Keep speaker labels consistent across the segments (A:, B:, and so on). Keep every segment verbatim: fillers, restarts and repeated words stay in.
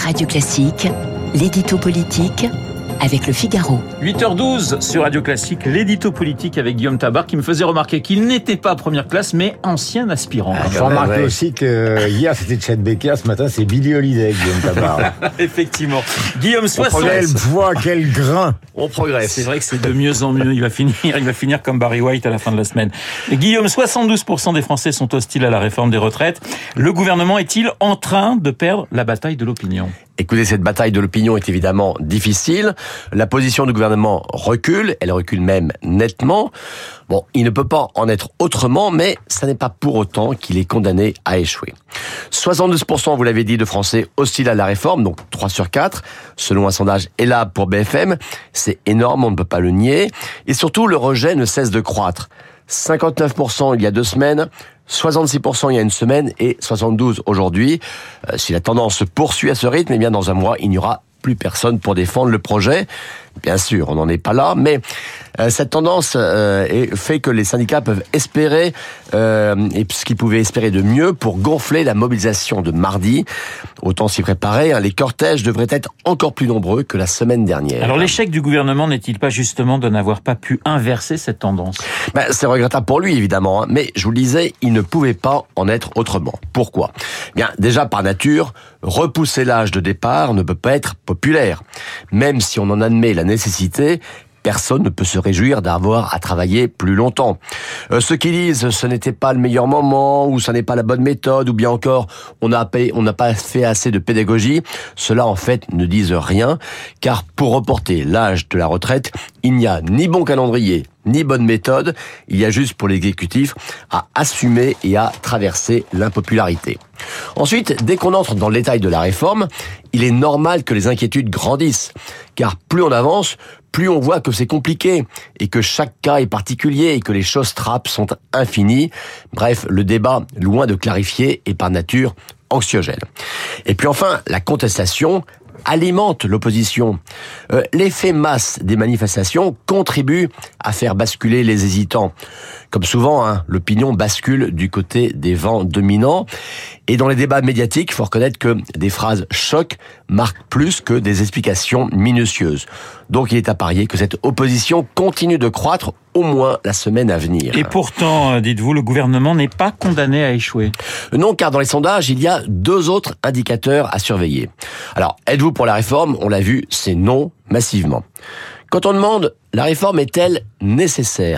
A: Radio Classique, l'édito politique avec Le Figaro.
B: huit heures douze sur Radio Classique, l'édito politique avec Guillaume Tabar qui me faisait remarquer qu'il n'était pas première classe mais ancien aspirant.
C: Ah, je remarque aussi que hier c'était Chet Baker, ce matin c'est Billie Holiday, Guillaume Tabar.
B: Effectivement. Guillaume, soixante...
C: Quelle voix, quel grain.
B: On progresse. C'est vrai que c'est de mieux en mieux. Il va finir, il va finir comme Barry White à la fin de la semaine. Et Guillaume, soixante-douze pour cent des Français sont hostiles à la réforme des retraites. Le gouvernement est-il en train de perdre la bataille de l'opinion ?
D: Écoutez, cette bataille de l'opinion est évidemment difficile. La position du gouvernement recule, elle recule même nettement. Bon, il ne peut pas en être autrement, mais ça n'est pas pour autant qu'il est condamné à échouer. soixante-douze pour cent, vous l'avez dit, de Français hostiles à la réforme, donc trois sur quatre, selon un sondage Elabe pour B F M. C'est énorme, on ne peut pas le nier. Et surtout, le rejet ne cesse de croître. cinquante-neuf pour cent il y a deux semaines, soixante-six pour cent il y a une semaine et soixante-douze aujourd'hui. Euh, si la tendance se poursuit à ce rythme, eh bien dans un mois, il n'y aura plus personne pour défendre le projet. Bien sûr, on n'en est pas là, mais euh, cette tendance euh, fait que les syndicats peuvent espérer euh, et ce qu'ils pouvaient espérer de mieux pour gonfler la mobilisation de mardi. Autant s'y préparer, hein, les cortèges devraient être encore plus nombreux que la semaine dernière.
B: Alors l'échec du gouvernement n'est-il pas justement de n'avoir pas pu inverser cette tendance ?
D: Ben, c'est regrettable pour lui, évidemment, hein, mais je vous le disais, il ne pouvait pas en être autrement. Pourquoi ? Bien, déjà par nature, repousser l'âge de départ ne peut pas être populaire. Même si on en admet la nécessité, personne ne peut se réjouir d'avoir à travailler plus longtemps. Euh, ceux qui disent ce n'était pas le meilleur moment, ou ce n'est pas la bonne méthode, ou bien encore on n'a pas, on n'a pas fait assez de pédagogie, ceux-là en fait ne disent rien, car pour reporter l'âge de la retraite, il n'y a ni bon calendrier, ni bonne méthode, il y a juste pour l'exécutif à assumer et à traverser l'impopularité. Ensuite, dès qu'on entre dans le détail de la réforme, il est normal que les inquiétudes grandissent, car plus on avance, plus on voit que c'est compliqué, et que chaque cas est particulier, et que les choses trappes sont infinies. Bref, le débat, loin de clarifier, est par nature anxiogène. Et puis enfin, la contestation alimente l'opposition. Euh, l'effet masse des manifestations contribue à faire basculer les hésitants. Comme souvent, hein, l'opinion bascule du côté des vents dominants. Et dans les débats médiatiques, il faut reconnaître que des phrases choc marquent plus que des explications minutieuses. Donc il est à parier que cette opposition continue de croître au moins la semaine à venir.
B: Et pourtant, dites-vous, le gouvernement n'est pas condamné à échouer.
D: Non, car dans les sondages, il y a deux autres indicateurs à surveiller. Alors, êtes-vous pour la réforme ? On l'a vu, c'est non, massivement. Quand on demande, la réforme est-elle nécessaire ?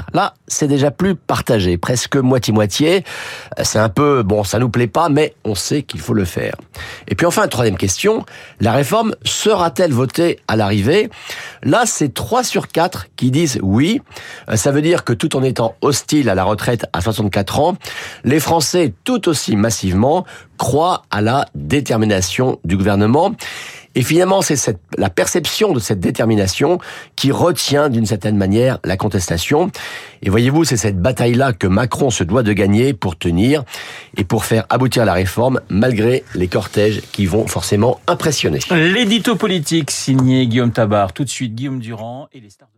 D: Là, c'est déjà plus partagé, presque moitié-moitié. C'est un peu, bon, ça nous plaît pas, mais on sait qu'il faut le faire. Et puis enfin, troisième question, la réforme sera-t-elle votée à l'arrivée ? Là, c'est trois sur quatre qui disent oui. Ça veut dire que tout en étant hostile à la retraite à soixante-quatre ans, les Français, tout aussi massivement, croient à la détermination du gouvernement. Et finalement, c'est cette, la perception de cette détermination qui retient d'une certaine manière la contestation. Et voyez-vous, c'est cette bataille-là que Macron se doit de gagner pour tenir et pour faire aboutir la réforme, malgré les cortèges qui vont forcément impressionner.
B: L'édito politique signé Guillaume Tabar. Tout de suite, Guillaume Durand et les stars de